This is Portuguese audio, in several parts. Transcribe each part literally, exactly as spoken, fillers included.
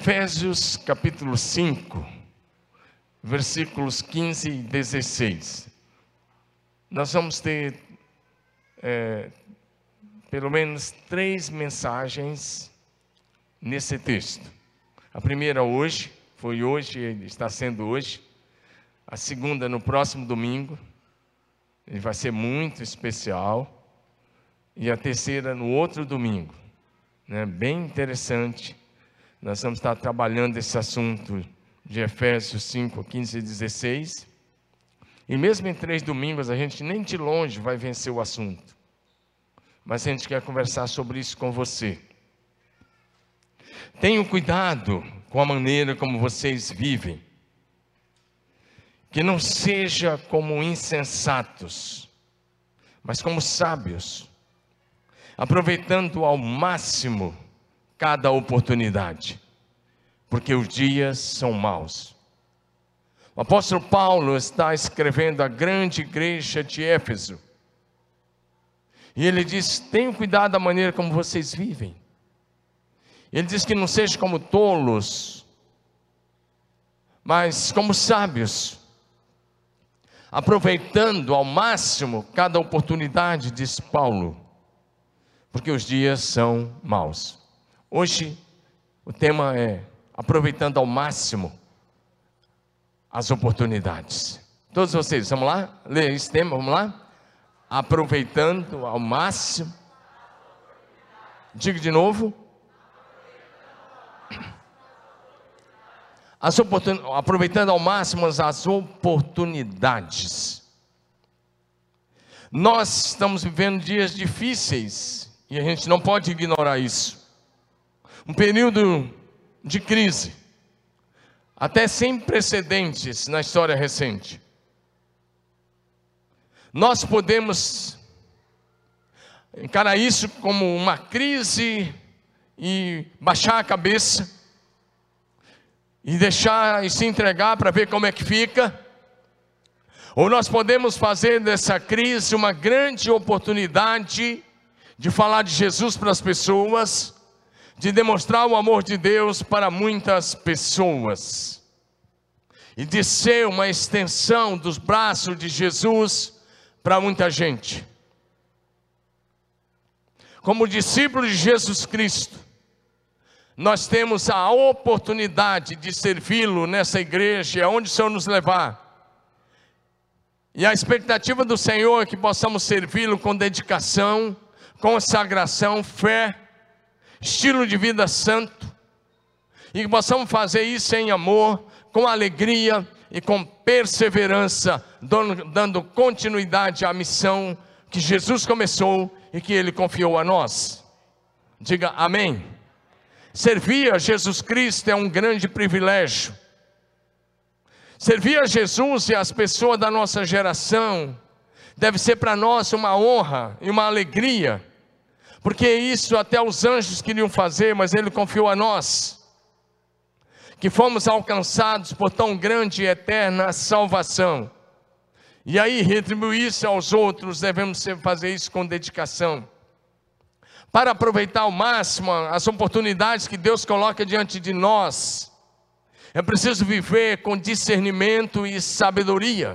Efésios capítulo cinco, versículos quinze e dezesseis. Nós vamos ter é, pelo menos três mensagens nesse texto. A primeira hoje, foi hoje, está sendo hoje. A segunda no próximo domingo, ele vai ser muito especial. E a terceira no outro domingo, né? Bem interessante. Nós vamos estar trabalhando esse assunto de Efésios cinco, quinze e dezesseis. E mesmo em três domingos, a gente nem de longe vai vencer o assunto. Mas a gente quer conversar sobre isso com você. Tenham cuidado com a maneira como vocês vivem. Que não seja como insensatos, mas como sábios, aproveitando ao máximo cada oportunidade, porque os dias são maus. O apóstolo Paulo está escrevendo à grande igreja de Éfeso, e ele diz: tenham cuidado da maneira como vocês vivem. Ele diz que não sejam como tolos, mas como sábios, aproveitando ao máximo cada oportunidade, diz Paulo, porque os dias são maus. Hoje o tema é aproveitando ao máximo as oportunidades. Todos vocês, vamos lá? Ler esse tema, vamos lá? Aproveitando ao máximo. Diga de novo. As oportun... Aproveitando ao máximo as oportunidades. Nós estamos vivendo dias difíceis e a gente não pode ignorar isso. Um período de crise, até sem precedentes na história recente. Nós podemos encarar isso como uma crise e baixar a cabeça e deixar e se entregar para ver como é que fica. Ou nós podemos fazer dessa crise uma grande oportunidade de falar de Jesus para as pessoas, de demonstrar o amor de Deus para muitas pessoas, e de ser uma extensão dos braços de Jesus para muita gente. Como discípulos de Jesus Cristo, nós temos a oportunidade de servi-lo nessa igreja, aonde o Senhor nos levar. E a expectativa do Senhor é que possamos servi-lo com dedicação, consagração, fé, estilo de vida santo, e que possamos fazer isso em amor, com alegria e com perseverança, dando continuidade à missão que Jesus começou e que Ele confiou a nós. Diga amém. Servir a Jesus Cristo é um grande privilégio. Servir a Jesus e as pessoas da nossa geração deve ser para nós uma honra e uma alegria, porque isso até os anjos queriam fazer, mas Ele confiou a nós, que fomos alcançados por tão grande e eterna salvação. E aí retribuir isso aos outros, devemos fazer isso com dedicação, para aproveitar ao máximo as oportunidades que Deus coloca diante de nós. É preciso viver com discernimento e sabedoria.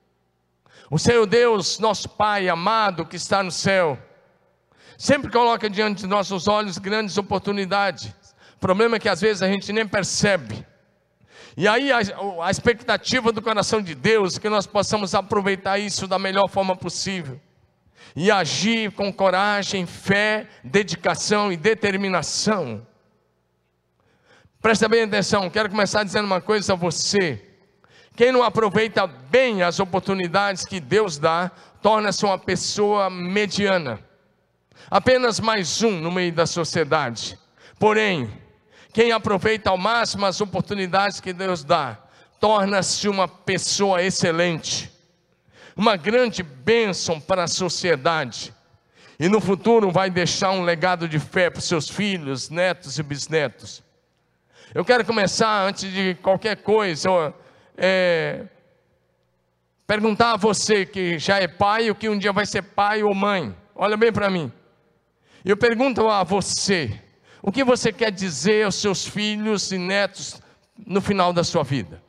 O Senhor Deus, nosso Pai amado que está no céu, sempre coloca diante de nossos olhos grandes oportunidades. O problema é que às vezes a gente nem percebe. E aí a, a expectativa do coração de Deus é que nós possamos aproveitar isso da melhor forma possível. E agir com coragem, fé, dedicação e determinação. Presta bem atenção, quero começar dizendo uma coisa a você. Quem não aproveita bem as oportunidades que Deus dá, torna-se uma pessoa mediana. Apenas mais um no meio da sociedade. Porém, quem aproveita ao máximo as oportunidades que Deus dá, torna-se uma pessoa excelente, uma grande bênção para a sociedade, e no futuro vai deixar um legado de fé para os seus filhos, netos e bisnetos. Eu quero começar, antes de qualquer coisa, é, perguntar a você que já é pai, ou que um dia vai ser pai ou mãe. Olha bem para mim. Eu pergunto a você: O que você quer dizer aos seus filhos e netos no final da sua vida?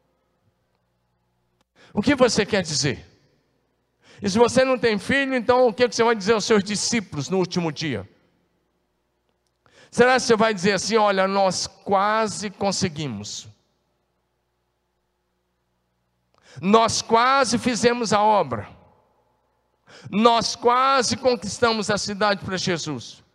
O que você quer dizer? E se você não tem filho, então o que você vai dizer aos seus discípulos no último dia? Será que você vai dizer assim: olha, nós quase conseguimos, nós quase fizemos a obra, nós quase conquistamos a cidade para Jesus,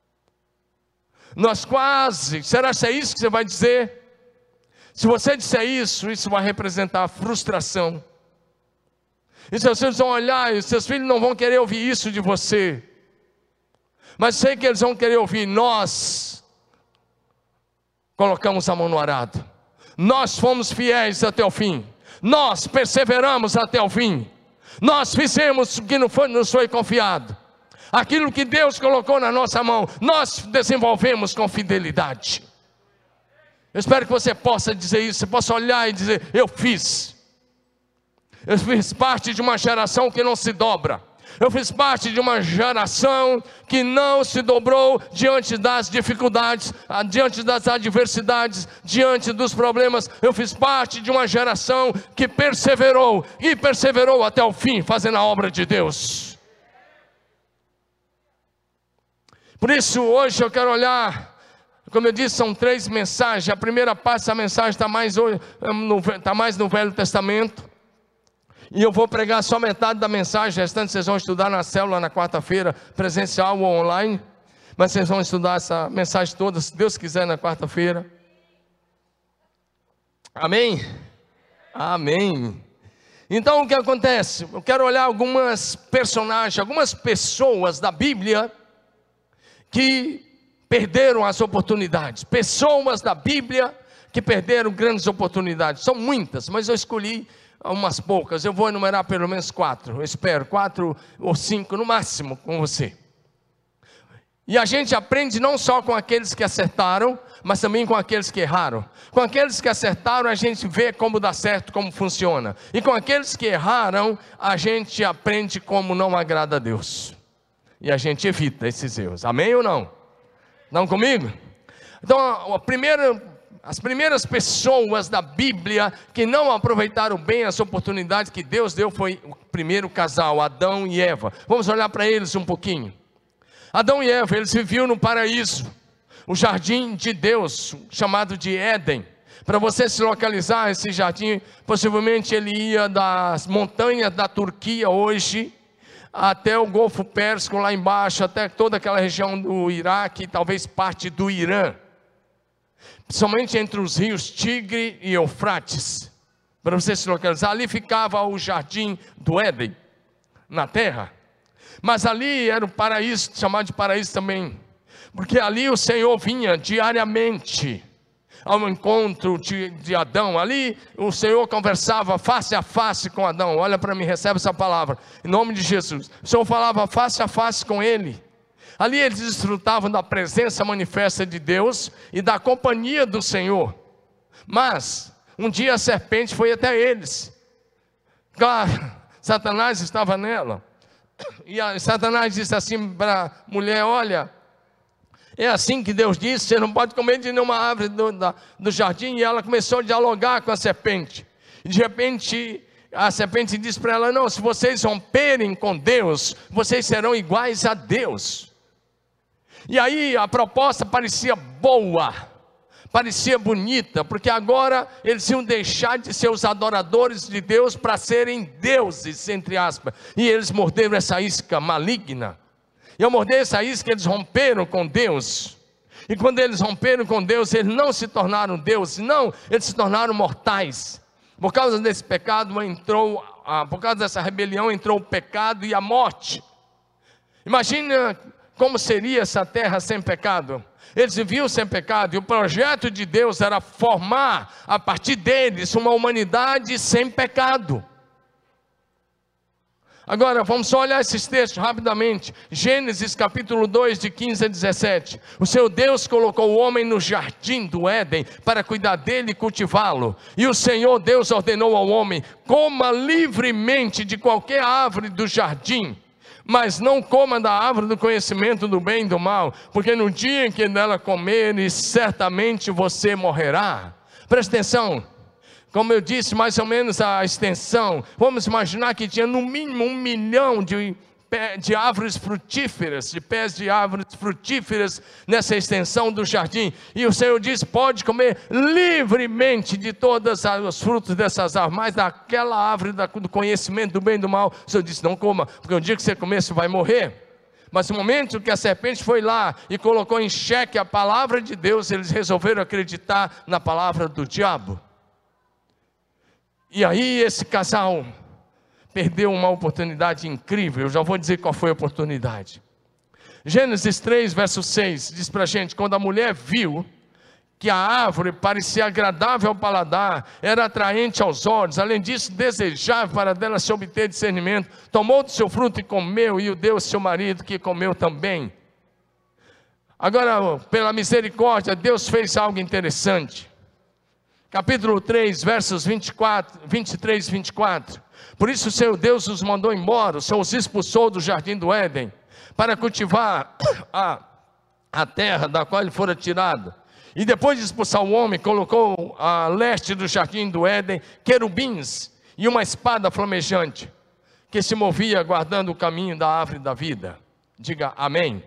nós quase, será que é isso que você vai dizer? Se você disser isso, isso vai representar a frustração, e seus filhos vão olhar, e seus filhos não vão querer ouvir isso de você, mas sei que eles vão querer ouvir: nós colocamos a mão no arado, nós fomos fiéis até o fim, nós perseveramos até o fim, nós fizemos o que não foi, nos foi confiado, aquilo que Deus colocou na nossa mão, nós desenvolvemos com fidelidade. Eu espero que você possa dizer isso, você possa olhar e dizer: eu fiz, eu fiz parte de uma geração que não se dobra, eu fiz parte de uma geração que não se dobrou diante das dificuldades, diante das adversidades, diante dos problemas. Eu fiz parte de uma geração que perseverou, e perseverou até o fim, fazendo a obra de Deus. Por isso hoje eu quero olhar, como eu disse, são três mensagens. A primeira parte dessa mensagem está mais, está mais no Velho Testamento, e eu vou pregar só metade da mensagem, o restante vocês vão estudar na célula na quarta-feira, presencial ou online, mas vocês vão estudar essa mensagem toda, se Deus quiser, na quarta-feira. Amém? Amém. Então o que acontece? Eu quero olhar algumas personagens, algumas pessoas da Bíblia que perderam as oportunidades, pessoas da Bíblia que perderam grandes oportunidades. São muitas, mas eu escolhi umas poucas. Eu vou enumerar pelo menos quatro, eu espero, quatro ou cinco no máximo com você. E a gente aprende não só com aqueles que acertaram, mas também com aqueles que erraram. Com aqueles que acertaram a gente vê como dá certo, como funciona, e com aqueles que erraram a gente aprende como não agrada a Deus, e a gente evita esses erros. Amém ou não? Não comigo? Então a primeira... As primeiras pessoas da Bíblia que não aproveitaram bem as oportunidades que Deus deu foi o primeiro casal, Adão e Eva. Vamos olhar para eles um pouquinho. Adão e Eva, eles viviam no paraíso, o jardim de Deus, chamado de Éden. Para você se localizar, esse jardim, possivelmente ele ia das montanhas da Turquia hoje, até o Golfo Pérsico lá embaixo, até toda aquela região do Iraque, talvez parte do Irã. Somente entre os rios Tigre e Eufrates, para você se localizar, ali ficava o jardim do Éden, na terra. Mas ali era o paraíso, chamado de paraíso também, porque ali o Senhor vinha diariamente ao encontro de, de Adão. Ali o Senhor conversava face a face com Adão. Olha para mim, recebe essa palavra, em nome de Jesus. O Senhor falava face a face com ele. Ali eles desfrutavam da presença manifesta de Deus e da companhia do Senhor. Mas um dia a serpente foi até eles. Claro, Satanás estava nela. E a, Satanás disse assim para a mulher: olha, é assim que Deus disse, você não pode comer de nenhuma árvore do, da, do jardim. E ela começou a dialogar com a serpente. E de repente a serpente disse para ela: não, se vocês romperem com Deus, vocês serão iguais a Deus. E aí a proposta parecia boa, parecia bonita, porque agora eles iam deixar de ser os adoradores de Deus para serem deuses, entre aspas. E eles morderam essa isca maligna. E ao morder essa isca, eles romperam com Deus. E quando eles romperam com Deus, eles não se tornaram deuses, não, eles se tornaram mortais. Por causa desse pecado entrou, por causa dessa rebelião entrou o pecado e a morte. Imagina como seria essa terra sem pecado. Eles viviam sem pecado, e o projeto de Deus era formar a partir deles uma humanidade sem pecado. Agora vamos só olhar esses textos rapidamente. Gênesis capítulo dois, de quinze a dezessete. O seu Deus colocou o homem no jardim do Éden para cuidar dele e cultivá-lo. E o Senhor Deus ordenou ao homem: coma livremente de qualquer árvore do jardim, Mas não coma da árvore do conhecimento do bem e do mal, porque no dia em que dela comeres, certamente você morrerá. Presta atenção, como eu disse, mais ou menos a extensão, vamos imaginar que tinha no mínimo um milhão de, de árvores frutíferas, de pés de árvores frutíferas nessa extensão do jardim, e o Senhor disse, pode comer livremente de todos os frutos dessas árvores, mas daquela árvore do conhecimento do bem e do mal, o Senhor disse, não coma, porque o dia que você comer, você vai morrer. Mas no momento que a serpente foi lá e colocou em xeque a palavra de Deus, eles resolveram acreditar na palavra do diabo. E aí esse casal perdeu uma oportunidade incrível. Eu já vou dizer qual foi a oportunidade. Gênesis três, verso seis, diz para a gente, quando a mulher viu que a árvore parecia agradável ao paladar, era atraente aos olhos, além disso desejável para dela se obter discernimento, tomou do seu fruto e comeu, e o deu ao seu marido, que comeu também. Agora, pela misericórdia, Deus fez algo interessante. Capítulo três, versos vinte e quatro, vinte e três e vinte e quatro. Por isso o Senhor Deus os mandou embora, o Senhor os expulsou do jardim do Éden, para cultivar a, a terra da qual ele fora tirado. E depois de expulsar o homem, colocou a leste do jardim do Éden querubins e uma espada flamejante, que se movia guardando o caminho da árvore da vida. Diga amém.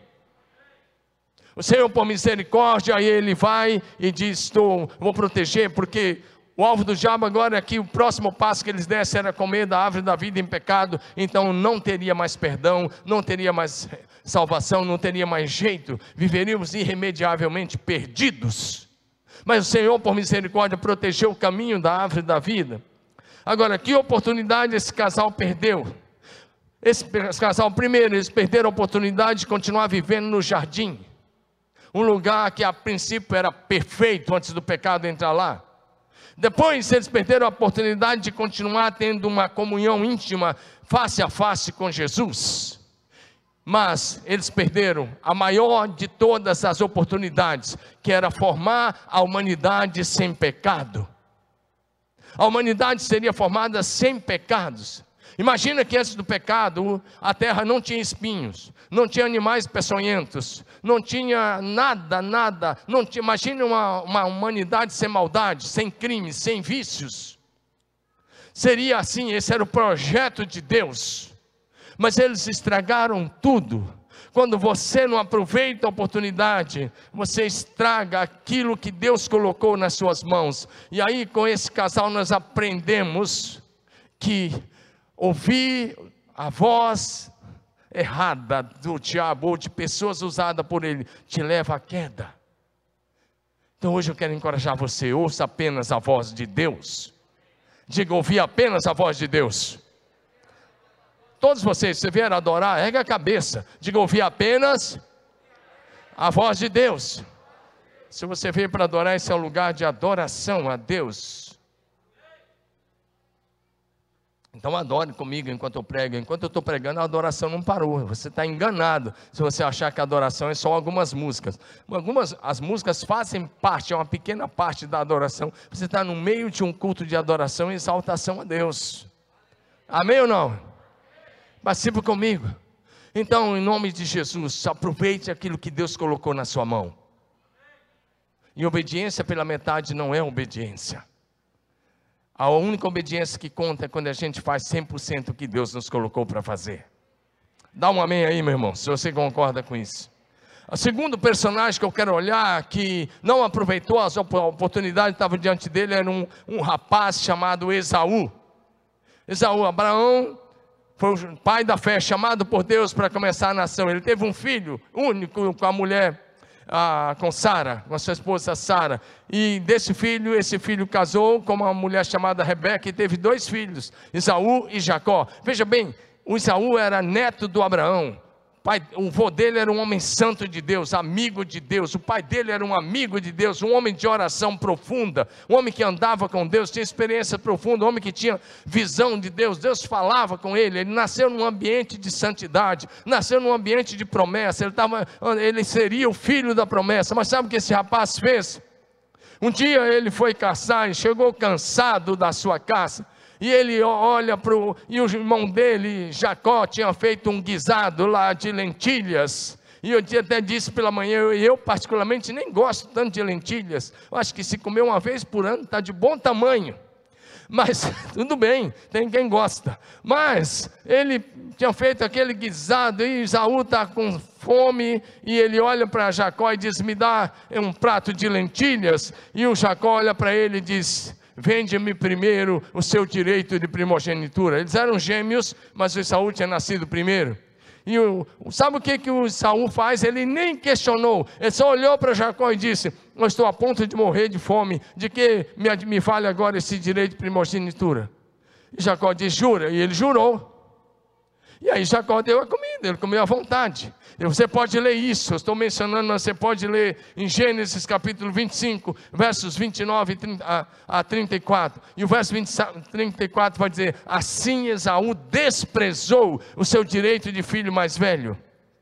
O Senhor, por misericórdia, aí ele vai e diz, estou, vou proteger, porque o alvo do diabo agora é que o próximo passo que eles dessem era comer da árvore da vida em pecado, então não teria mais perdão, não teria mais salvação, não teria mais jeito, viveríamos irremediavelmente perdidos. Mas o Senhor, por misericórdia, protegeu o caminho da árvore da vida. Agora, que oportunidade esse casal perdeu? Esse casal, primeiro, eles perderam a oportunidade de continuar vivendo no jardim, um lugar que a princípio era perfeito antes do pecado entrar lá. Depois eles perderam a oportunidade de continuar tendo uma comunhão íntima, face a face com Jesus. Mas eles perderam a maior de todas as oportunidades, que era formar a humanidade sem pecado. A humanidade seria formada sem pecados. Imagina que antes do pecado, a terra não tinha espinhos, não tinha animais peçonhentos, não tinha nada, nada, não tinha, imagina uma, uma humanidade sem maldade, sem crimes, sem vícios. Seria assim, esse era o projeto de Deus, mas eles estragaram tudo. Quando você não aproveita a oportunidade, você estraga aquilo que Deus colocou nas suas mãos. E aí com esse casal nós aprendemos que ouvir a voz errada do diabo ou de pessoas usadas por ele te leva à queda. Então hoje eu quero encorajar você, ouça apenas a voz de Deus. Diga, ouvir apenas a voz de Deus. Todos vocês, se vieram adorar, erga a cabeça. Diga, ouvir apenas a voz de Deus. Se você veio para adorar, esse é o lugar de adoração a Deus. Então adore comigo enquanto eu prego. Enquanto eu estou pregando, a adoração não parou. Você está enganado se você achar que a adoração é só algumas músicas. Algumas, as músicas fazem parte, é uma pequena parte da adoração. Você está no meio de um culto de adoração e exaltação a Deus. Amém ou não? Participe comigo. Então, em nome de Jesus, aproveite aquilo que Deus colocou na sua mão. E obediência pela metade não é obediência. A única obediência que conta é quando a gente faz cem por cento o que Deus nos colocou para fazer. Dá um amém aí, meu irmão, se você concorda com isso. O segundo personagem que eu quero olhar, que não aproveitou as oportunidades que estavam diante dele, era um, um rapaz chamado Esaú. Esaú, Abraão foi o pai da fé, chamado por Deus para começar a nação. Ele teve um filho único com a mulher, Ah, com Sara, com a sua esposa Sara, e desse filho, esse filho casou com uma mulher chamada Rebeca e teve dois filhos, Esaú e Jacó. Veja bem, o Esaú era neto do Abraão, pai, o avô dele era um homem santo de Deus, amigo de Deus, o pai dele era um amigo de Deus, um homem de oração profunda, um homem que andava com Deus, tinha experiência profunda, um homem que tinha visão de Deus, Deus falava com ele, ele nasceu num ambiente de santidade, nasceu num ambiente de promessa, ele, tava, ele seria o filho da promessa. Mas sabe o que esse rapaz fez? Um dia ele foi caçar e chegou cansado da sua caça, E ele olha para o... E o irmão dele, Jacó, tinha feito um guisado lá de lentilhas. E eu até disse pela manhã, eu, eu particularmente nem gosto tanto de lentilhas. Eu acho que se comer uma vez por ano está de bom tamanho. Mas tudo bem, tem quem gosta. Mas ele tinha feito aquele guisado e Esaú está com fome. E ele olha para Jacó e diz, me dá um prato de lentilhas. E o Jacó olha para ele e diz, vende-me primeiro o seu direito de primogenitura. Eles eram gêmeos, mas o Esaú tinha nascido primeiro. E o, sabe o que, que o Esaú faz? Ele nem questionou, ele só olhou para Jacó e disse, eu estou a ponto de morrer de fome, de que me, me vale agora esse direito de primogenitura? E Jacó disse, jura? E ele jurou. E aí Jacó deu a comida, ele comeu à vontade. E você pode ler isso, eu estou mencionando, mas você pode ler em Gênesis capítulo vinte e cinco, versos vinte e nove a trinta e quatro. E o verso vinte, trinta e quatro vai dizer, assim Esaú desprezou o seu direito de filho mais velho.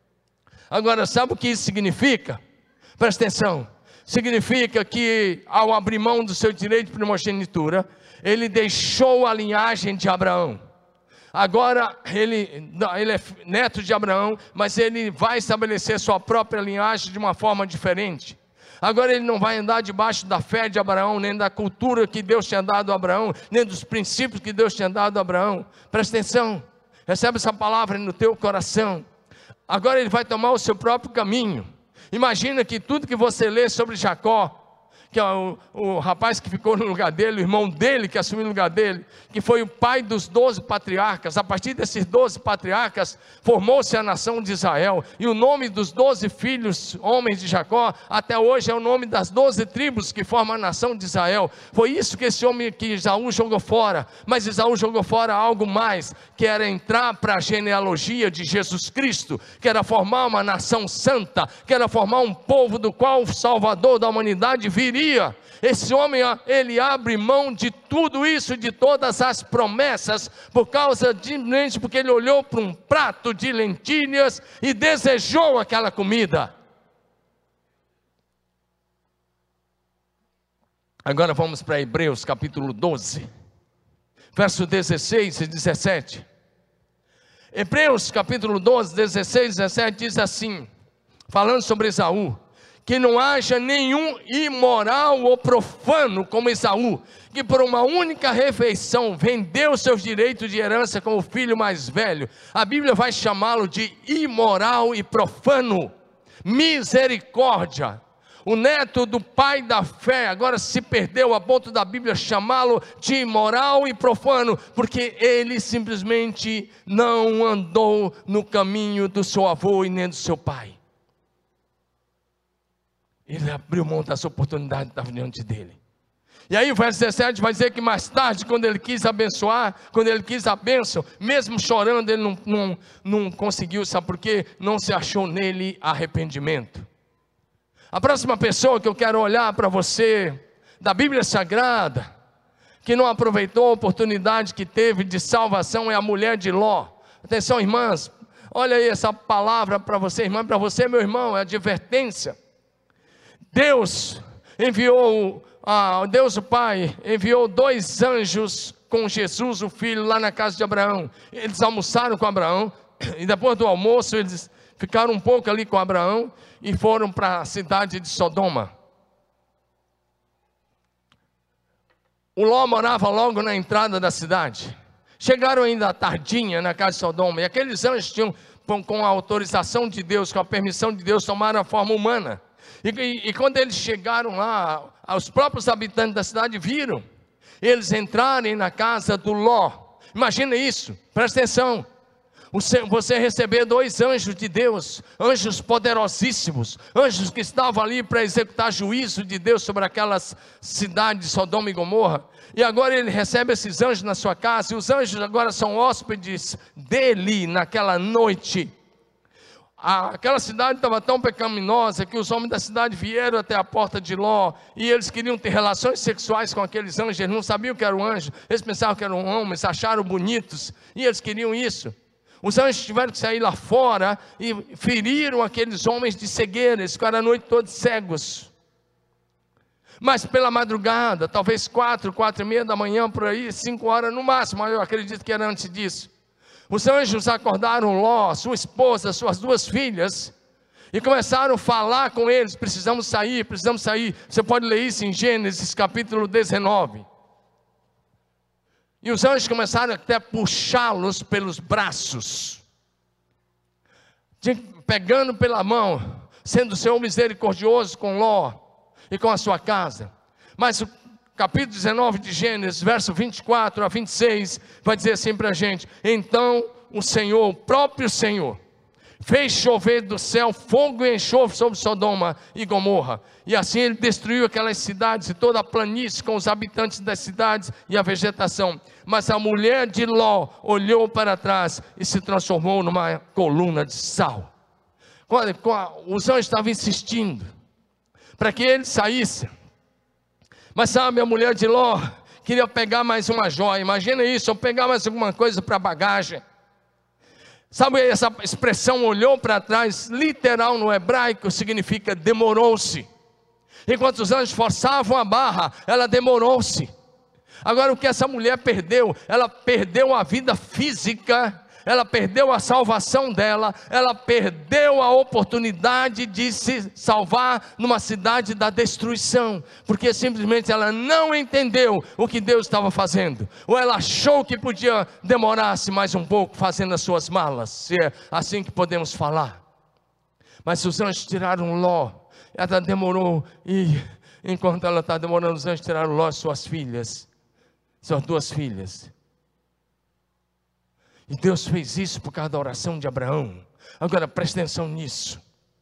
Agora, sabe o que isso significa? Presta atenção. Significa que ao abrir mão do seu direito de primogenitura, ele deixou a linhagem de Abraão. Agora ele, ele é neto de Abraão, mas ele vai estabelecer sua própria linhagem de uma forma diferente. Agora ele não vai andar debaixo da fé de Abraão, nem da cultura que Deus tinha dado a Abraão, nem dos princípios que Deus tinha dado a Abraão. Presta atenção, recebe essa palavra no teu coração. Agora ele vai tomar o seu próprio caminho. Imagina que tudo que você lê sobre Jacó, que é o, o rapaz que ficou no lugar dele, o irmão dele que assumiu o lugar dele, que foi o pai dos doze patriarcas. A partir desses doze patriarcas, formou-se a nação de Israel, e o nome dos doze filhos, homens de Jacó, até hoje é o nome das doze tribos que formam a nação de Israel. Foi isso que esse homem, que Esaú jogou fora, mas Esaú jogou fora algo mais, que era entrar para a genealogia de Jesus Cristo, que era formar uma nação santa, que era formar um povo do qual o Salvador da humanidade viria. Esse homem, ele abre mão de tudo isso, de todas as promessas, por causa de, porque ele olhou para um prato de lentilhas e desejou aquela comida. Agora vamos para Hebreus capítulo doze, verso dezesseis e dezessete. Hebreus capítulo doze, dezesseis e dezessete diz assim, falando sobre Esaú, que não haja nenhum imoral ou profano como Esaú, que por uma única refeição vendeu seus direitos de herança com o filho mais velho. A Bíblia vai chamá-lo de imoral e profano. Misericórdia. O neto do pai da fé agora se perdeu a ponto da Bíblia chamá-lo de imoral e profano, porque ele simplesmente não andou no caminho do seu avô e nem do seu pai. Ele abriu mão das oportunidades que estavam diante dele. E aí o verso dezessete vai dizer que mais tarde, quando ele quis abençoar, quando ele quis a bênção, mesmo chorando, ele não, não, não conseguiu, sabe por quê? Não se achou nele arrependimento. A próxima pessoa que eu quero olhar para você, da Bíblia Sagrada, que não aproveitou a oportunidade que teve de salvação, é a mulher de Ló. Atenção, irmãs, olha aí essa palavra para você, irmã, para você, meu irmão, é advertência. Deus enviou, ah, Deus o Pai enviou dois anjos com Jesus, o filho, lá na casa de Abraão. Eles almoçaram com Abraão, e depois do almoço eles ficaram um pouco ali com Abraão, e foram para a cidade de Sodoma. O Ló morava logo na entrada da cidade. Chegaram ainda à tardinha na casa de Sodoma, e aqueles anjos tinham, com a autorização de Deus, com a permissão de Deus, tomaram a forma humana. E, e, e quando eles chegaram lá, os próprios habitantes da cidade viram eles entrarem na casa do Ló. Imagina isso, presta atenção. Você receber dois anjos de Deus, anjos poderosíssimos, anjos que estavam ali para executar juízo de Deus sobre aquelas cidades de Sodoma e Gomorra. E agora ele recebe esses anjos na sua casa, e os anjos agora são hóspedes dele naquela noite. Aquela cidade estava tão pecaminosa que os homens da cidade vieram até a porta de Ló, e eles queriam ter relações sexuais com aqueles anjos. Eles não sabiam que era um anjo, eles pensavam que eram homens, acharam bonitos, e eles queriam isso. Os anjos tiveram que sair lá fora e feriram aqueles homens de cegueira, eles ficaram a noite toda cegos. Mas pela madrugada, talvez quatro, quatro e meia da manhã, por aí, cinco horas no máximo, eu acredito que era antes disso, os anjos acordaram Ló, sua esposa, suas duas filhas, e começaram a falar com eles: precisamos sair, precisamos sair. Você pode ler isso em Gênesis capítulo dezenove. E os anjos começaram até a puxá-los pelos braços, pegando pela mão, sendo o Senhor misericordioso com Ló e com a sua casa. Mas o capítulo dezenove de Gênesis, verso vinte e quatro a vinte e seis, vai dizer assim para a gente: então o Senhor, o próprio Senhor, fez chover do céu fogo e enxofre sobre Sodoma e Gomorra, e assim ele destruiu aquelas cidades e toda a planície com os habitantes das cidades e a vegetação. Mas a mulher de Ló olhou para trás e se transformou numa coluna de sal. Os anjos estavam insistindo para que ele saísse, mas sabe, a mulher de Ló queria pegar mais uma joia. Imagina isso, ou pegar mais alguma coisa para bagagem. Sabe, essa expressão olhou para trás, literal no hebraico, significa demorou-se. Enquanto os anjos forçavam a barra, ela demorou-se. Agora o que essa mulher perdeu? Ela perdeu a vida física, ela perdeu a salvação dela, ela perdeu a oportunidade de se salvar numa cidade da destruição, porque simplesmente ela não entendeu o que Deus estava fazendo, ou ela achou que podia demorar-se mais um pouco fazendo as suas malas, se é assim que podemos falar. Mas os anjos tiraram Ló, ela demorou, e enquanto ela está demorando, os anjos tiraram Ló e suas filhas, suas duas filhas. E Deus fez isso por causa da oração de Abraão. Agora preste atenção nisso.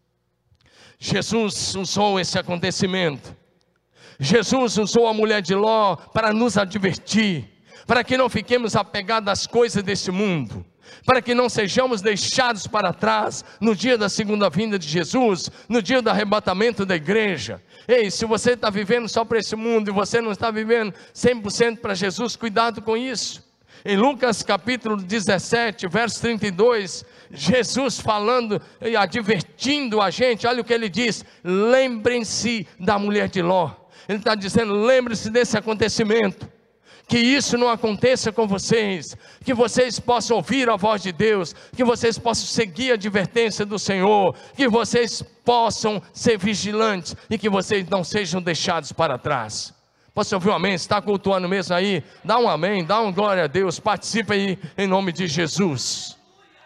Jesus usou esse acontecimento. Jesus usou a mulher de Ló para nos advertir, para que não fiquemos apegados às coisas desse mundo, para que não sejamos deixados para trás no dia da segunda vinda de Jesus, no dia do arrebatamento da igreja. Ei, se você está vivendo só para esse mundo e você não está vivendo cem por cento para Jesus, cuidado com isso. Em Lucas capítulo dezessete, verso trinta e dois, Jesus falando e advertindo a gente, olha o que ele diz: lembrem-se da mulher de Ló. Ele está dizendo: lembre-se desse acontecimento, que isso não aconteça com vocês, que vocês possam ouvir a voz de Deus, que vocês possam seguir a advertência do Senhor, que vocês possam ser vigilantes e que vocês não sejam deixados para trás. Você ouviu um amém? Está cultuando mesmo aí? Dá um amém, dá um glória a Deus, participa aí em nome de Jesus.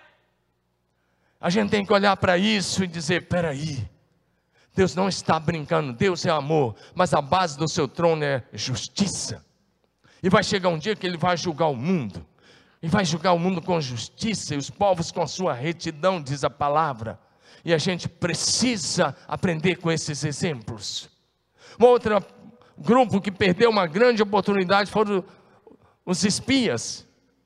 A gente tem que olhar para isso e dizer: peraí, Deus não está brincando, Deus é amor, mas a base do seu trono é justiça. E vai chegar um dia que Ele vai julgar o mundo, e vai julgar o mundo com justiça, e os povos com a sua retidão, diz a palavra. E a gente precisa aprender com esses exemplos. Uma outra grupo que perdeu uma grande oportunidade foram os espias.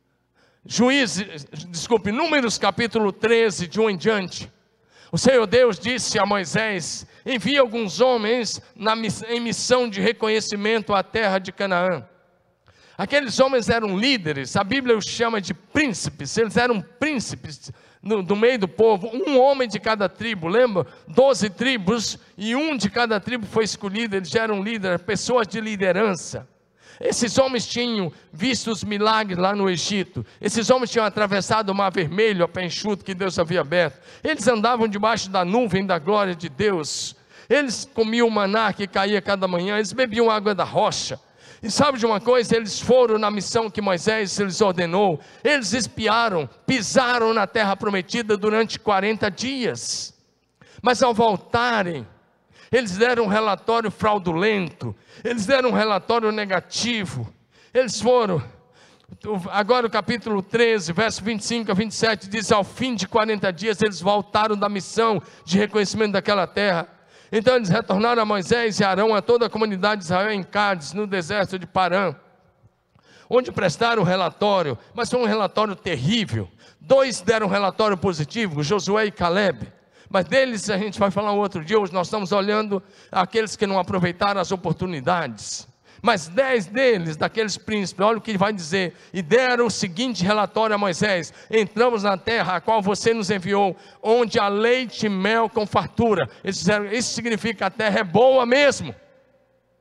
Juízes, desculpe, Números capítulo treze, de um em diante. O Senhor Deus disse a Moisés: envia alguns homens na, em missão de reconhecimento à terra de Canaã. Aqueles homens eram líderes, a Bíblia os chama de príncipes. Eles eram príncipes no, do meio do povo, um homem de cada tribo, lembra? Doze tribos, e um de cada tribo foi escolhido. Eles eram líderes, pessoas de liderança. Esses homens tinham visto os milagres lá no Egito. Esses homens tinham atravessado o mar vermelho a pé enxuto que Deus havia aberto. Eles andavam debaixo da nuvem da glória de Deus. Eles comiam o maná que caía cada manhã. Eles bebiam água da rocha. E sabe de uma coisa? Eles foram na missão que Moisés lhes ordenou. Eles espiaram, pisaram na terra prometida durante quarenta dias. Mas ao voltarem, eles deram um relatório fraudulento, eles deram um relatório negativo. Eles foram, agora o capítulo treze, verso vinte e cinco a vinte e sete, diz: ao fim de quarenta dias eles voltaram da missão de reconhecimento daquela terra. Então eles retornaram a Moisés e Arão, a toda a comunidade de Israel em Cádiz, no deserto de Parã, onde prestaram um relatório, mas foi um relatório terrível. Dois deram um relatório positivo, Josué e Caleb, mas deles a gente vai falar um outro dia. Hoje nós estamos olhando aqueles que não aproveitaram as oportunidades. Mas dez deles, daqueles príncipes, olha o que vai dizer: e deram o seguinte relatório a Moisés: entramos na terra a qual você nos enviou, onde há leite e mel com fartura. Eles disseram: isso significa que a terra é boa mesmo.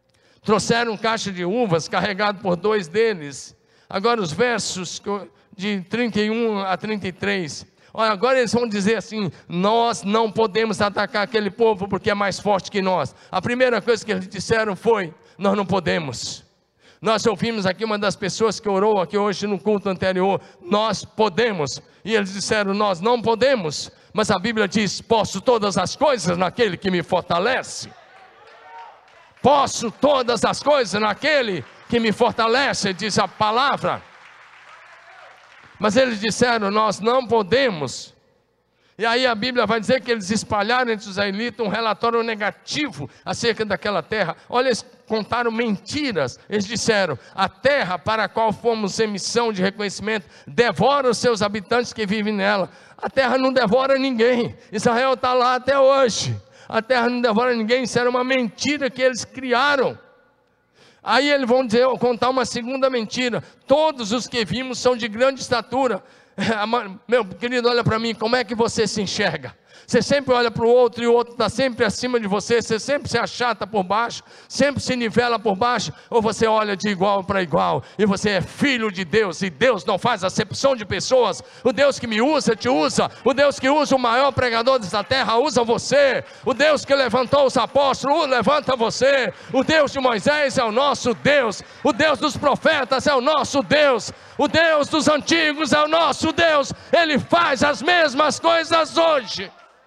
Trouxeram caixa de uvas carregado por dois deles. Agora os versos de trinta e um a trinta e três. Olha, agora eles vão dizer assim: nós não podemos atacar aquele povo porque é mais forte que nós. A primeira coisa que eles disseram foi: nós não podemos. Nós ouvimos aqui uma das pessoas que orou aqui hoje no culto anterior: nós podemos. E eles disseram: nós não podemos. Mas a Bíblia diz: posso todas as coisas naquele que me fortalece. Posso todas as coisas naquele que me fortalece, diz a palavra. Mas eles disseram: nós não podemos. E aí a Bíblia vai dizer que eles espalharam entre os israelitas um relatório negativo acerca daquela terra. Olha, eles contaram mentiras. Eles disseram: a terra para a qual fomos em missão de reconhecimento devora os seus habitantes que vivem nela. A terra não devora ninguém. Israel está lá até hoje. A terra não devora ninguém. Isso era uma mentira que eles criaram. Aí eles vão dizer, contar uma segunda mentira: todos os que vimos são de grande estatura. Meu querido, olha para mim, como é que você se enxerga? Você sempre olha para o outro e o outro está sempre acima de você. Você sempre se achata por baixo, sempre se nivela por baixo. Ou você olha de igual para igual e você é filho de Deus, e Deus não faz acepção de pessoas. O Deus que me usa, te usa. O Deus que usa o maior pregador dessa terra, usa você. O Deus que levantou os apóstolos, levanta você. O Deus de Moisés é o nosso Deus. O Deus dos profetas é o nosso Deus. O Deus dos antigos é o nosso Deus. Ele faz as mesmas coisas hoje.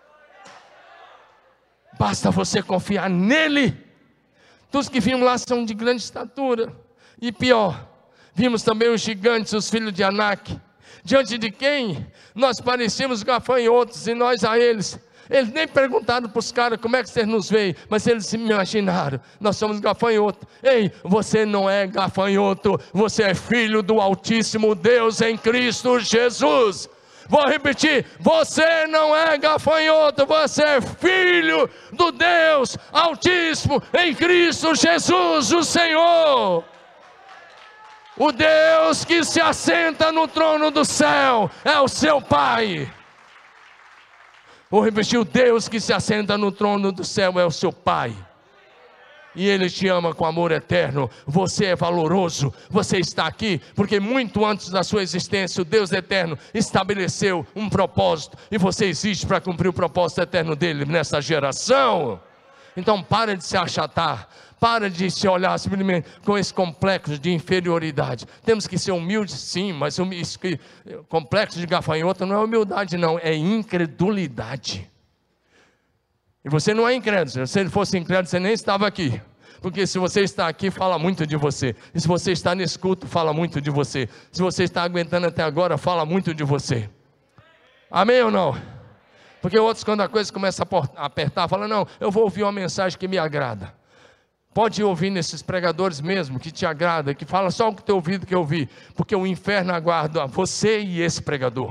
Basta você confiar nele. Todos que vimos lá são de grande estatura. E pior, vimos também os gigantes, os filhos de Anak, diante de quem nós parecíamos gafanhotos, e nós a eles. Eles nem perguntaram para os caras como é que vocês nos veem, mas eles se imaginaram: nós somos gafanhotos. Ei, você não é gafanhoto, você é filho do Altíssimo Deus em Cristo Jesus. Vou repetir: você não é gafanhoto, você é filho do Deus Altíssimo em Cristo Jesus, o Senhor. O Deus que se assenta no trono do céu é o seu Pai. Vou repetir: o Deus que se assenta no trono do céu é o seu Pai. E Ele te ama com amor eterno. Você é valoroso. Você está aqui porque muito antes da sua existência o Deus eterno estabeleceu um propósito, e você existe para cumprir o propósito eterno dele nessa geração. Então para de se achatar. Para de se olhar simplesmente com esse complexo de inferioridade. Temos que ser humildes, sim, mas o complexo de gafanhoto não é humildade, não, é incredulidade. E você não é incrédulo. Se ele fosse incrédulo, você nem estava aqui. Porque se você está aqui, fala muito de você. E se você está nesse culto, fala muito de você. Se você está aguentando até agora, fala muito de você. Amém ou não? Porque outros, quando a coisa começa a apertar, falam: não, eu vou ouvir uma mensagem que me agrada. Pode ir ouvindo esses pregadores mesmo, que te agrada, que fala só o que teu ouvido quer ouvir. Porque o inferno aguarda você e esse pregador.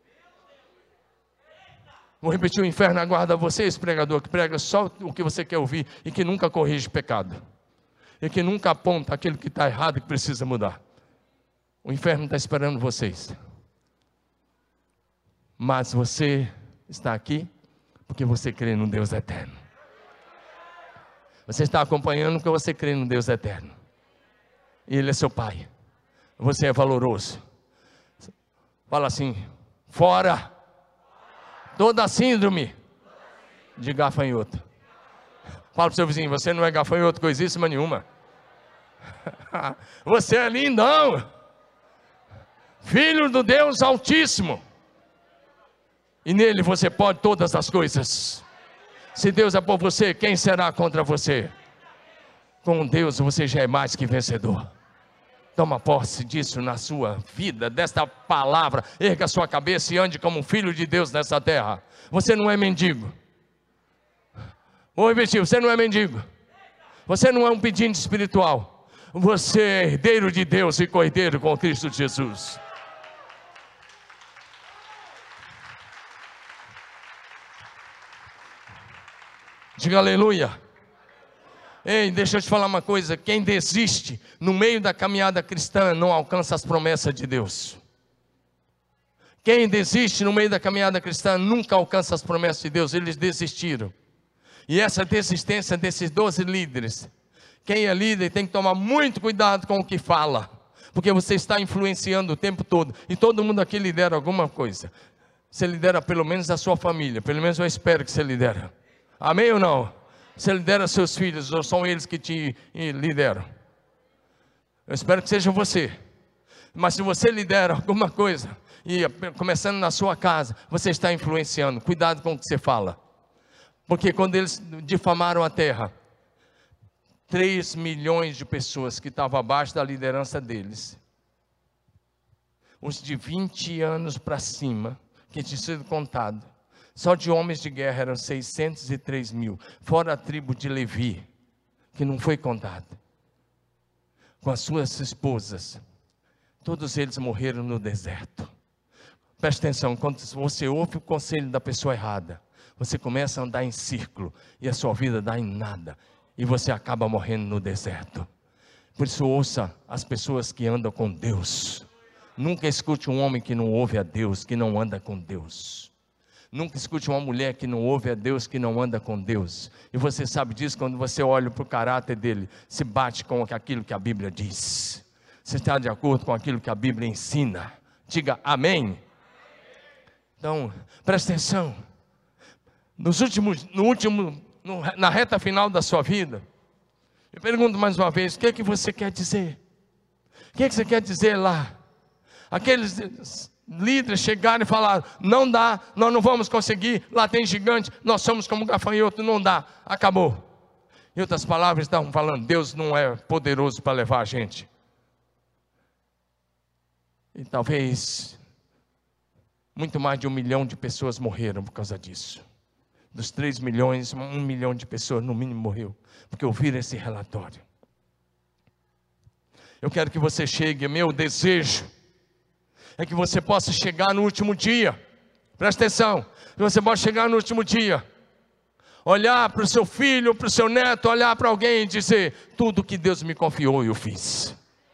Vou repetir: o inferno aguarda você, esse pregador que prega só o que você quer ouvir e que nunca corrige pecado, e que nunca aponta aquilo que está errado e que precisa mudar. O inferno está esperando vocês. Mas você está aqui porque você crê no Deus eterno. Você está acompanhando porque você crê no Deus eterno. E Ele é seu Pai. Você é valoroso. Fala assim: fora toda síndrome de gafanhoto. Fala para o seu vizinho: você não é gafanhoto coisíssima nenhuma. Você é lindão, filho do Deus Altíssimo. E nele você pode todas as coisas. Se Deus é por você, quem será contra você? Com Deus você já é mais que vencedor. Toma posse disso na sua vida, desta palavra. Erga a sua cabeça e ande como um filho de Deus nessa terra. Você não é mendigo. Vou repetir: você não é mendigo. Você não é um pedinte espiritual. Você é herdeiro de Deus e co-herdeiro com Cristo Jesus. Diga aleluia. Ei, deixa eu te falar uma coisa: quem desiste no meio da caminhada cristã não alcança as promessas de Deus. Quem desiste no meio da caminhada cristã nunca alcança as promessas de Deus. Eles desistiram. E essa desistência desses doze líderes, Quem é líder tem que tomar muito cuidado com o que fala, porque você está influenciando o tempo todo, e todo mundo aqui lidera alguma coisa. Você lidera pelo menos a sua família, pelo menos eu espero que você lidera. Amém ou não? Você lidera seus filhos, ou são eles que te lideram? Eu espero que seja você. Mas se você lidera alguma coisa, e começando na sua casa, você está influenciando. Cuidado com o que você fala, porque quando eles difamaram a terra, três milhões de pessoas que estavam abaixo da liderança deles, os de vinte anos para cima, que tinha sido contado, só de homens de guerra eram seiscentos e três mil, fora a tribo de Levi, que não foi contada, com as suas esposas, todos eles morreram no deserto. Presta atenção, quando você ouve o conselho da pessoa errada, você começa a andar em círculo, e a sua vida dá em nada, e você acaba morrendo no deserto. Por isso ouça as pessoas que andam com Deus. Nunca escute um homem que não ouve a Deus, que não anda com Deus. Nunca escute uma mulher que não ouve a Deus, que não anda com Deus. E você sabe disso quando você olha para o caráter dele, se bate com aquilo que a Bíblia diz. Você está de acordo com aquilo que a Bíblia ensina? Diga amém. Então, presta atenção. Nos últimos, no último, no, na reta final da sua vida, eu pergunto mais uma vez, o que é que você quer dizer? O que é que você quer dizer lá? Aqueles líderes chegaram e falaram, não dá, nós não vamos conseguir, lá tem gigante, nós somos como gafanhoto, não dá, acabou. Em outras palavras, estavam falando, Deus não é poderoso para levar a gente. E talvez, muito mais de um milhão de pessoas morreram por causa disso. Dos três milhões, um milhão de pessoas no mínimo morreu, porque ouviram esse relatório. Eu quero que você chegue, meu desejo é que você possa chegar no último dia, presta atenção, que você possa chegar no último dia, olhar para o seu filho, para o seu neto, olhar para alguém e dizer, tudo que Deus me confiou eu fiz.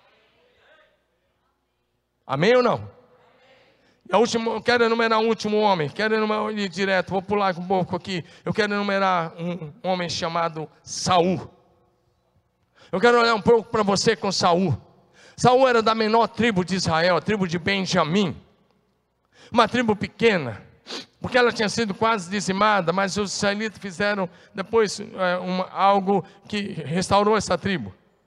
Amém ou não? A última, eu quero enumerar um último homem, quero enumerar ele direto, vou pular um pouco aqui, eu quero enumerar um homem chamado Saul. Eu quero olhar um pouco para você com Saul. Saul era da menor tribo de Israel, a tribo de Benjamim, uma tribo pequena, porque ela tinha sido quase dizimada, mas os israelitas fizeram depois é, uma, algo que restaurou essa tribo.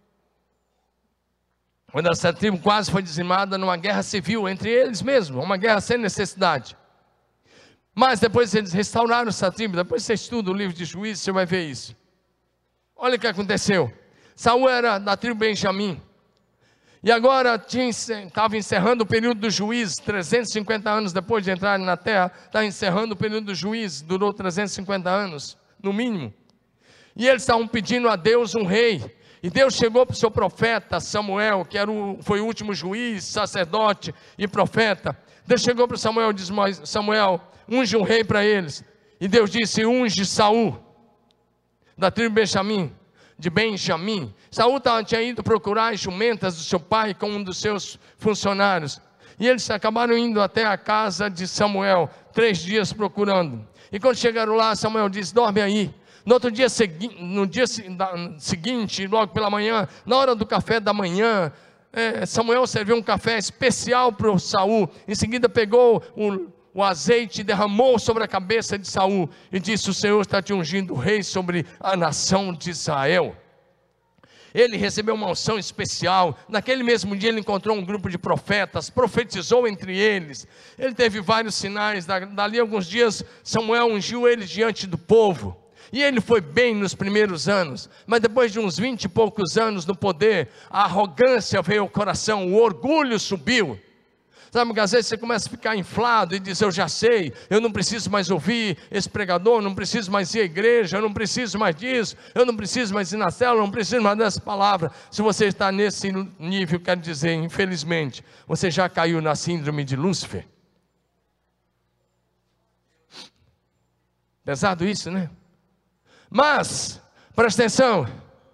Quando essa tribo quase foi dizimada numa guerra civil entre eles mesmos, uma guerra sem necessidade. Mas depois eles restauraram essa tribo, depois você estuda o livro de Juízes, você vai ver isso. Olha o que aconteceu. Saul era da tribo Benjamim, e agora estava encerrando o período dos juízes, trezentos e cinquenta anos depois de entrar na terra, estava encerrando o período dos juízes, durou trezentos e cinquenta anos, no mínimo. E eles estavam pedindo a Deus um rei, e Deus chegou para o seu profeta Samuel, que era o, foi o último juiz, sacerdote e profeta. Deus chegou para Samuel e disse, Samuel, unge um rei para eles. E Deus disse, unge Saul, da tribo Benjamim, de Benjamim. Saul tinha ido procurar as jumentas do seu pai com um dos seus funcionários, e eles acabaram indo até a casa de Samuel, três dias procurando. E quando chegaram lá, Samuel disse, dorme aí. No outro dia, no dia seguinte, logo pela manhã, na hora do café da manhã, Samuel serviu um café especial para o Saul. Em seguida pegou o, o azeite e derramou sobre a cabeça de Saul, e disse, o Senhor está te ungindo rei sobre a nação de Israel. Ele recebeu uma unção especial. Naquele mesmo dia ele encontrou um grupo de profetas, profetizou entre eles. Ele teve vários sinais. Dali a alguns dias Samuel ungiu ele diante do povo, e ele foi bem nos primeiros anos. Mas depois de uns vinte e poucos anos no poder, a arrogância veio ao coração, o orgulho subiu. Sabe que às vezes você começa a ficar inflado e diz, eu já sei, eu não preciso mais ouvir esse pregador, não preciso mais ir à igreja, eu não preciso mais disso, eu não preciso mais ir na célula, eu não preciso mais dessa palavra. Se você está nesse nível, quero dizer, infelizmente, você já caiu na síndrome de Lúcifer. Pesado isso, né? Mas, presta atenção,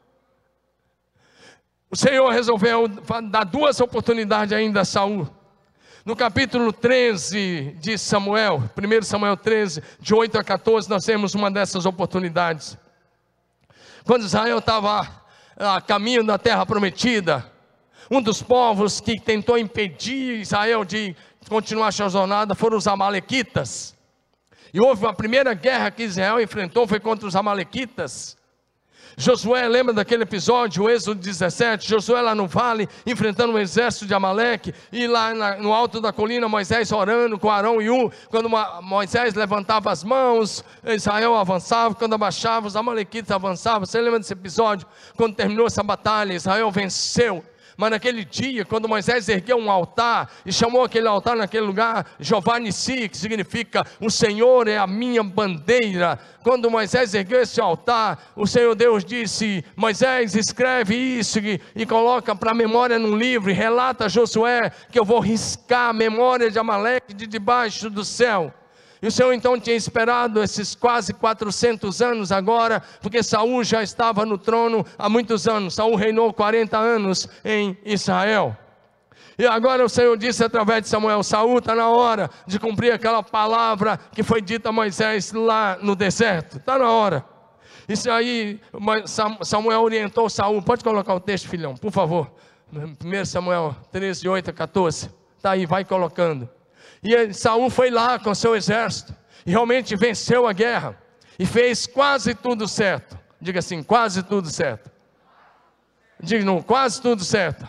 o Senhor resolveu dar duas oportunidades ainda a Saul. No capítulo treze de Samuel, primeiro Samuel treze, de oito a quatorze, nós temos uma dessas oportunidades. Quando Israel estava a caminho da terra prometida. Um dos povos que tentou impedir Israel de continuar a sua jornada foram os amalequitas. E houve uma primeira guerra que Israel enfrentou, foi contra os amalequitas. Josué, lembra daquele episódio, o Êxodo dezessete, Josué lá no vale, enfrentando um exército de Amaleque, e lá na, no alto da colina, Moisés orando com Arão e U, quando Moisés levantava as mãos, Israel avançava, quando abaixava, os amalequitas avançavam. Você lembra desse episódio? Quando terminou essa batalha, Israel venceu. Mas naquele dia, quando Moisés ergueu um altar, e chamou aquele altar naquele lugar, Jeová Nissi, que significa, o Senhor é a minha bandeira. Quando Moisés ergueu esse altar, o Senhor Deus disse: Moisés, escreve isso, e, e coloca para a memória num livro, e relata a Josué, que eu vou riscar a memória de Amaleque de debaixo do céu. E o Senhor então tinha esperado esses quase quatrocentos anos agora, porque Saul já estava no trono há muitos anos. Saul reinou quarenta anos em Israel. E agora o Senhor disse através de Samuel: Saul, está na hora de cumprir aquela palavra que foi dita a Moisés lá no deserto. Está na hora. Isso aí, Samuel orientou Saul. Pode colocar o texto, filhão, por favor. primeiro Samuel treze, de oito a quatorze. Está aí, vai colocando. E Saul foi lá com seu exército, e realmente venceu a guerra, e fez quase tudo certo. Diga assim: quase tudo certo. Diga não, quase tudo certo.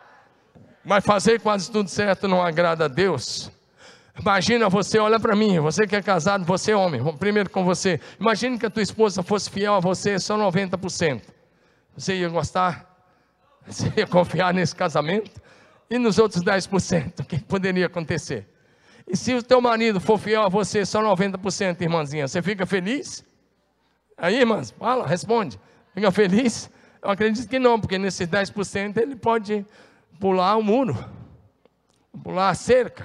Mas fazer quase tudo certo não agrada a Deus. Imagina você, olha para mim, você que é casado, você é homem, primeiro com você. Imagina que a tua esposa fosse fiel a você só noventa por cento. Você ia gostar? Você ia confiar nesse casamento? E nos outros dez por cento, o que poderia acontecer? E se o teu marido for fiel a você só noventa por cento, irmãzinha, você fica feliz? Aí, irmãs, fala, responde. Fica feliz? Eu acredito que não, porque nesses dez por cento ele pode pular o muro, pular a cerca.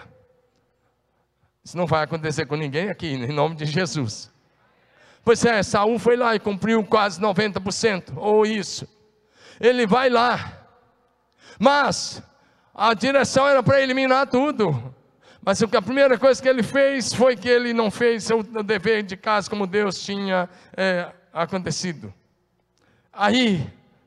Isso não vai acontecer com ninguém aqui, em nome de Jesus. Pois é, Saul foi lá e cumpriu quase noventa por cento, ou isso. Ele vai lá, mas a direção era para eliminar tudo. Mas a primeira coisa que ele fez foi que ele não fez seu dever de casa como Deus tinha é, acontecido. Aí,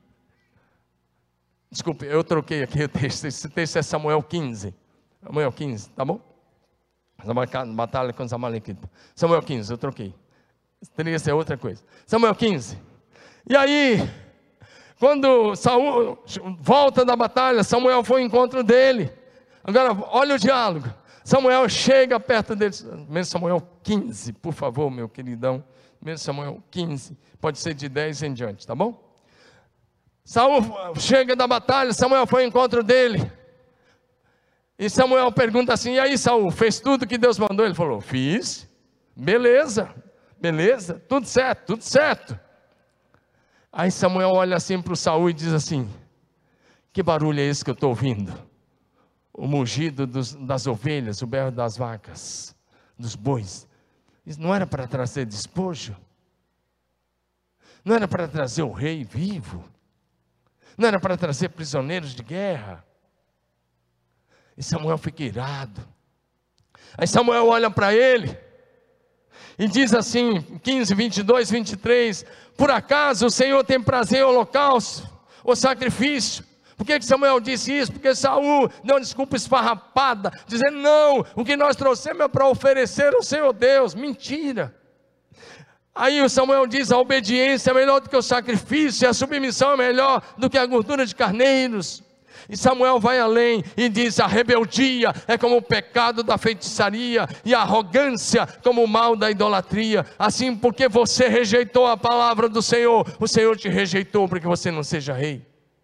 desculpe, eu troquei aqui o texto. Esse texto é Samuel quinze. Samuel quinze, tá bom? Batalha com os amalequitas. Samuel quinze, eu troquei. Teria que ser outra coisa. Samuel quinze. E aí, quando Saul volta da batalha, Samuel foi ao encontro dele. Agora, olha o diálogo. Samuel chega perto dele. primeiro Samuel quinze, por favor, meu queridão. primeiro Samuel quinze, pode ser de dez em diante, tá bom? Saul chega da batalha, Samuel foi ao encontro dele. E Samuel pergunta assim: e aí, Saul, fez tudo que Deus mandou? Ele falou: fiz. Beleza, beleza, tudo certo, tudo certo. Aí Samuel olha assim para o Saul e diz assim: que barulho é esse que eu estou ouvindo? O mugido dos, das ovelhas, o berro das vacas, dos bois. Isso não era para trazer despojo? Não era para trazer o rei vivo? Não era para trazer prisioneiros de guerra? E Samuel fica irado. Aí Samuel olha para ele e diz assim, quinze, vinte e dois, vinte e três: por acaso o Senhor tem prazer em holocausto ou sacrifício? Por que Samuel disse isso? Porque Saul deu uma desculpa esfarrapada, dizendo: não, o que nós trouxemos é para oferecer ao Senhor Deus. Mentira. Aí o Samuel diz: a obediência é melhor do que o sacrifício, e a submissão é melhor do que a gordura de carneiros. E Samuel vai além e diz: a rebeldia é como o pecado da feitiçaria, e a arrogância como o mal da idolatria. Assim, porque você rejeitou a palavra do Senhor, o Senhor te rejeitou para que você não seja rei.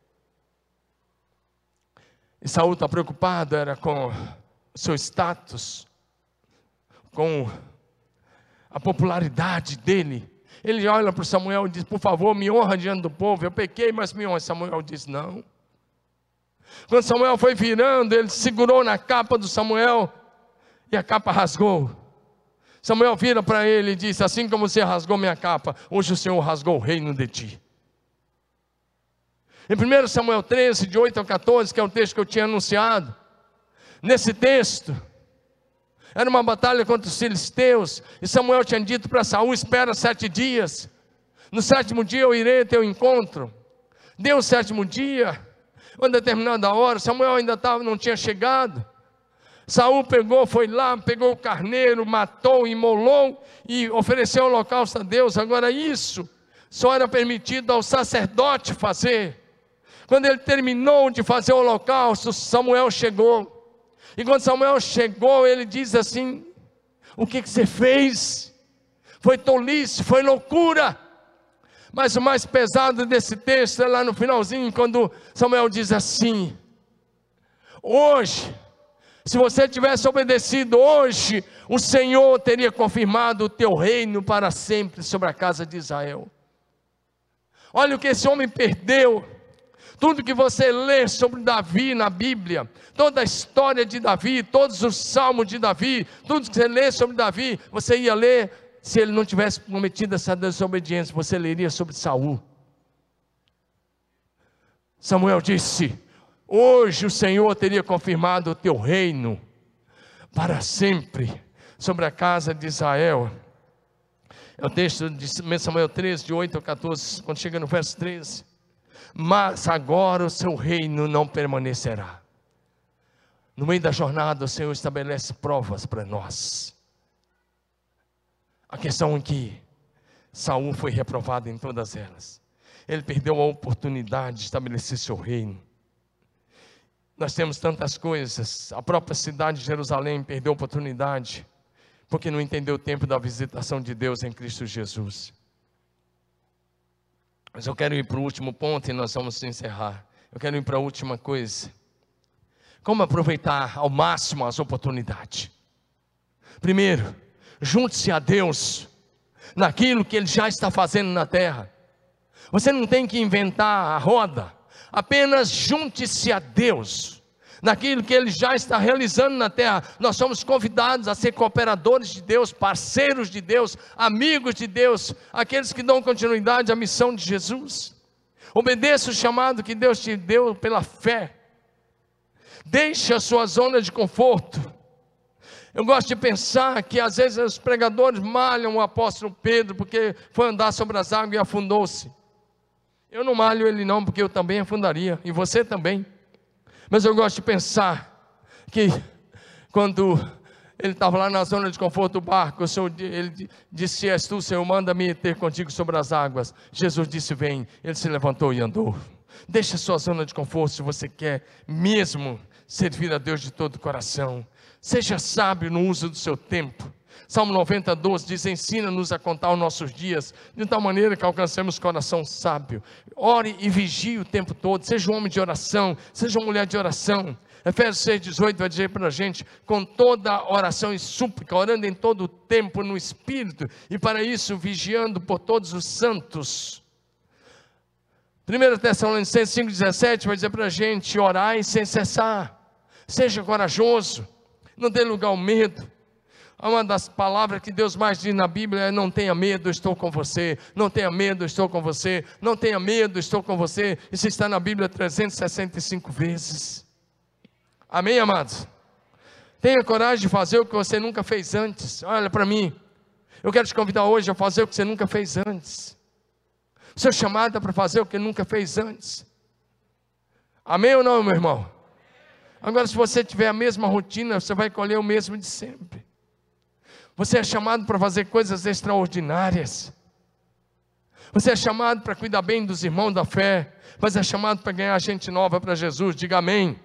E Saul está preocupado, era com o seu status, com a popularidade dele. Ele olha para Samuel e diz: por favor, me honra diante do povo. Eu pequei, mas me honra. Samuel diz: não. Quando Samuel foi virando, ele segurou na capa do Samuel, e a capa rasgou. Samuel vira para ele e diz: assim como você rasgou minha capa, hoje o Senhor rasgou o reino de ti. Em primeiro Samuel treze, de oito a quatorze, que é o texto que eu tinha anunciado, nesse texto, era uma batalha contra os filisteus, e Samuel tinha dito para Saul: espera sete dias, no sétimo dia eu irei ao teu encontro. Deu o sétimo dia, uma determinada hora, Samuel ainda tava, não tinha chegado. Saul pegou, foi lá, pegou o carneiro, matou, imolou e ofereceu o holocausto a Deus. Agora isso só era permitido ao sacerdote fazer. Quando ele terminou de fazer o holocausto, Samuel chegou. E quando Samuel chegou, ele diz assim: o que, que você fez? Foi tolice, foi loucura. Mas o mais pesado desse texto é lá no finalzinho, quando Samuel diz assim: hoje, se você tivesse obedecido hoje, o Senhor teria confirmado o teu reino para sempre sobre a casa de Israel. Olha o que esse homem perdeu. Tudo que você lê sobre Davi na Bíblia, toda a história de Davi, todos os salmos de Davi, tudo que você lê sobre Davi, você ia ler, se ele não tivesse cometido essa desobediência, você leria sobre Saul. Samuel disse: hoje o Senhor teria confirmado o teu reino para sempre sobre a casa de Israel. É o texto de Samuel treze, de oito a quatorze, quando chega no verso treze. Mas agora o seu reino não permanecerá. No meio da jornada o Senhor estabelece provas para nós. A questão é que Saul foi reprovado em todas elas. Ele perdeu a oportunidade de estabelecer seu reino. Nós temos tantas coisas. A própria cidade de Jerusalém perdeu a oportunidade, porque não entendeu o tempo da visitação de Deus em Cristo Jesus. Mas eu quero ir para o último ponto e nós vamos encerrar. Eu quero ir para a última coisa. Como aproveitar ao máximo as oportunidades? Primeiro, junte-se a Deus naquilo que Ele já está fazendo na terra. Você não tem que inventar a roda. Apenas junte-se a Deus naquilo que Ele já está realizando na terra. Nós somos convidados a ser cooperadores de Deus, parceiros de Deus, amigos de Deus, aqueles que dão continuidade à missão de Jesus. Obedeça o chamado que Deus te deu pela fé. Deixe a sua zona de conforto. Eu gosto de pensar que às vezes os pregadores malham o apóstolo Pedro, porque foi andar sobre as águas e afundou-se. Eu não malho ele não, porque eu também afundaria, e você também. Mas eu gosto de pensar que quando ele estava lá na zona de conforto do barco, o Senhor, ele disse: és tu, Senhor, manda-me ter contigo sobre as águas. Jesus disse: vem. Ele se levantou e andou. Deixa a sua zona de conforto se você quer mesmo servir a Deus de todo o coração. Seja sábio no uso do seu tempo. Salmo noventa, doze diz: ensina-nos a contar os nossos dias, de tal maneira que alcancemos coração sábio. Ore e vigie o tempo todo. Seja um homem de oração, seja uma mulher de oração. Efésios seis, dezoito vai dizer para a gente: com toda oração e súplica, orando em todo o tempo no Espírito, e para isso vigiando por todos os santos. primeira Tessalonicenses cinco, dezessete vai dizer para a gente: orai sem cessar. Seja corajoso, não dê lugar ao medo. Uma das palavras que Deus mais diz na Bíblia é: não tenha medo, estou com você. Não tenha medo, estou com você. Não tenha medo, estou com você. Isso está na Bíblia trezentas e sessenta e cinco vezes. Amém, amados? Tenha coragem de fazer o que você nunca fez antes. Olha para mim, eu quero te convidar hoje a fazer o que você nunca fez antes. O seu chamado é para fazer o que nunca fez antes. Amém ou não, meu irmão? Agora, se você tiver a mesma rotina, você vai colher o mesmo de sempre. Você é chamado para fazer coisas extraordinárias. Você é chamado para cuidar bem dos irmãos da fé. Você é chamado para ganhar gente nova para Jesus. Diga amém.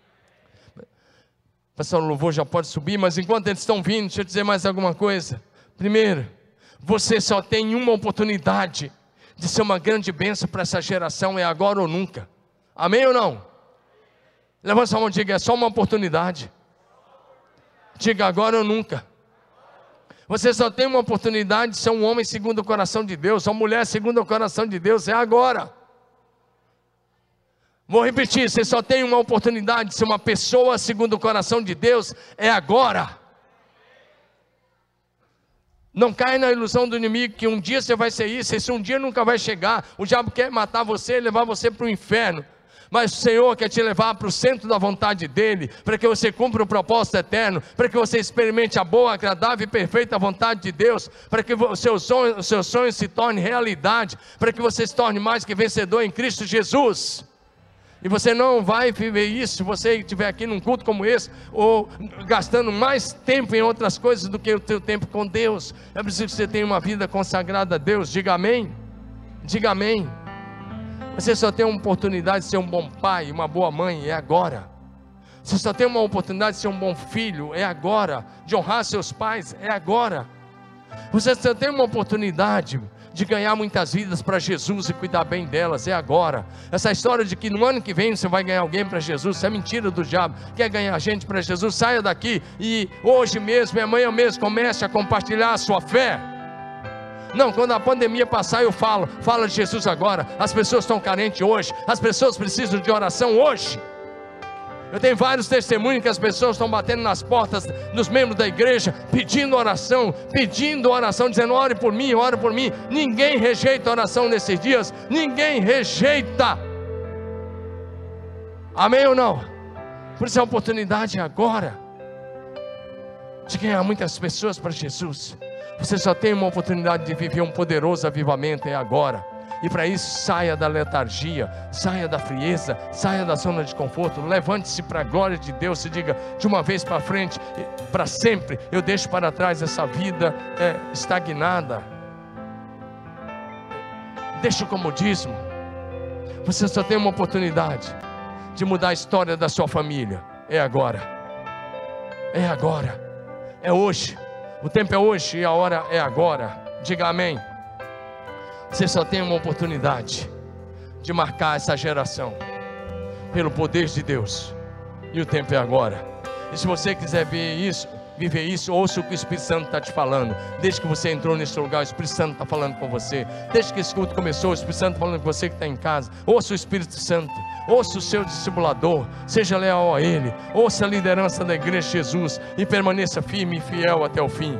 Pastor, o louvor já pode subir, mas enquanto eles estão vindo, deixa eu dizer mais alguma coisa. Primeiro, você só tem uma oportunidade de ser uma grande bênção para essa geração. É agora ou nunca. Amém ou não? Levanta sua mão e diga: é só uma oportunidade. Diga: agora ou nunca. Você só tem uma oportunidade de ser um homem segundo o coração de Deus, uma mulher segundo o coração de Deus, é agora. Vou repetir: você só tem uma oportunidade de ser uma pessoa segundo o coração de Deus, é agora. Não caia na ilusão do inimigo que um dia você vai ser isso, esse um dia nunca vai chegar. O diabo quer matar você, levar você para o inferno. Mas o Senhor quer te levar para o centro da vontade dEle, para que você cumpra o propósito eterno, para que você experimente a boa, agradável e perfeita vontade de Deus, para que o seu sonho, o seu sonho se torne realidade, para que você se torne mais que vencedor em Cristo Jesus. E você não vai viver isso se você estiver aqui num culto como esse, ou gastando mais tempo em outras coisas do que o teu tempo com Deus. É preciso que você tenha uma vida consagrada a Deus. Diga amém. Diga amém. Você só tem uma oportunidade de ser um bom pai, uma boa mãe, é agora. Você só tem uma oportunidade de ser um bom filho, é agora. De honrar seus pais, é agora. Você só tem uma oportunidade de ganhar muitas vidas para Jesus e cuidar bem delas, é agora. Essa história de que no ano que vem você vai ganhar alguém para Jesus, isso é mentira do diabo. Quer ganhar gente para Jesus? Saia daqui e hoje mesmo e amanhã mesmo comece a compartilhar a sua fé. Não, quando a pandemia passar eu falo, fala de Jesus agora. As pessoas estão carentes hoje, as pessoas precisam de oração hoje. Eu tenho vários testemunhos que as pessoas estão batendo nas portas dos membros da igreja, pedindo oração, pedindo oração, dizendo: ore por mim, ore por mim. Ninguém rejeita oração nesses dias, ninguém rejeita. Amém ou não? Por isso a oportunidade é agora de ganhar muitas pessoas para Jesus. Você só tem uma oportunidade de viver um poderoso avivamento, é agora. E para isso, saia da letargia, saia da frieza, saia da zona de conforto, levante-se para a glória de Deus e diga: de uma vez para frente, para sempre, eu deixo para trás essa vida é, estagnada. Deixa o comodismo. Você só tem uma oportunidade de mudar a história da sua família, é agora. É agora, é hoje. O tempo é hoje e a hora é agora. Diga amém. Você só tem uma oportunidade de marcar essa geração pelo poder de Deus, e o tempo é agora. E se você quiser ver isso, viver isso, ouça o que o Espírito Santo está te falando. Desde que você entrou nesse lugar, o Espírito Santo está falando com você. Desde que esse culto começou, o Espírito Santo está falando com você que está em casa. Ouça o Espírito Santo, ouça o seu discipulador, seja leal a ele, ouça a liderança da igreja de Jesus e permaneça firme e fiel até o fim.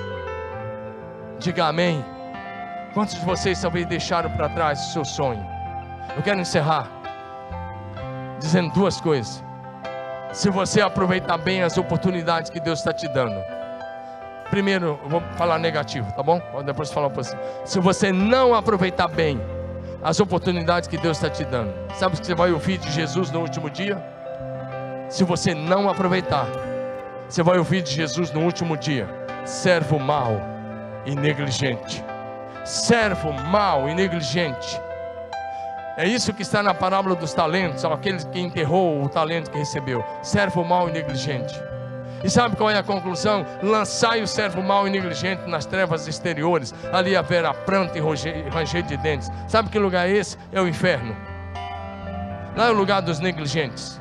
Diga amém. Quantos de vocês talvez deixaram para trás o seu sonho? Eu quero encerrar dizendo duas coisas. Se você aproveitar bem as oportunidades que Deus está te dando. Primeiro, eu vou falar negativo, tá bom? Depois falar positivo. Se você não aproveitar bem as oportunidades que Deus está te dando, sabe o que você vai ouvir de Jesus no último dia? Se você não aproveitar, você vai ouvir de Jesus no último dia: servo mau e negligente. Servo mau e negligente. É isso que está na parábola dos talentos, aquele que enterrou o talento que recebeu. Servo mau e negligente. E sabe qual é a conclusão? Lançai o servo mau e negligente nas trevas exteriores, ali haverá pranto e ranger de dentes. Sabe que lugar é esse? É o inferno. Lá é o lugar dos negligentes.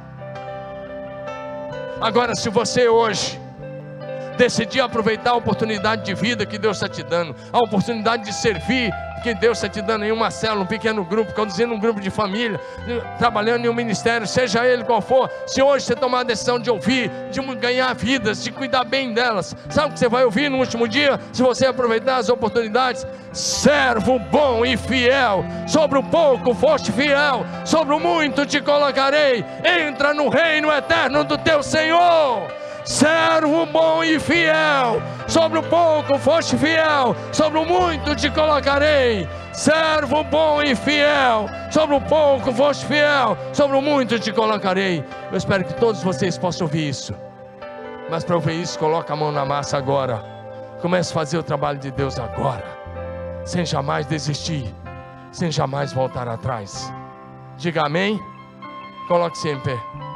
Agora, se você hoje decidir aproveitar a oportunidade de vida que Deus está te dando, a oportunidade de servir que Deus está te dando em uma célula, um pequeno grupo, conduzindo um grupo de família, trabalhando em um ministério, seja ele qual for. Se hoje você tomar a decisão de ouvir, de ganhar vidas, de cuidar bem delas, sabe o que você vai ouvir no último dia? Se você aproveitar as oportunidades: servo bom e fiel, sobre o pouco foste fiel, sobre o muito te colocarei, entra no reino eterno do teu Senhor. Servo bom e fiel, sobre o pouco foste fiel, sobre o muito te colocarei. Servo bom e fiel, sobre o pouco foste fiel, sobre o muito te colocarei. Eu espero que todos vocês possam ouvir isso. Mas para ouvir isso, coloca a mão na massa agora. Comece a fazer o trabalho de Deus agora, sem jamais desistir, sem jamais voltar atrás. Diga amém. Coloque-se em pé.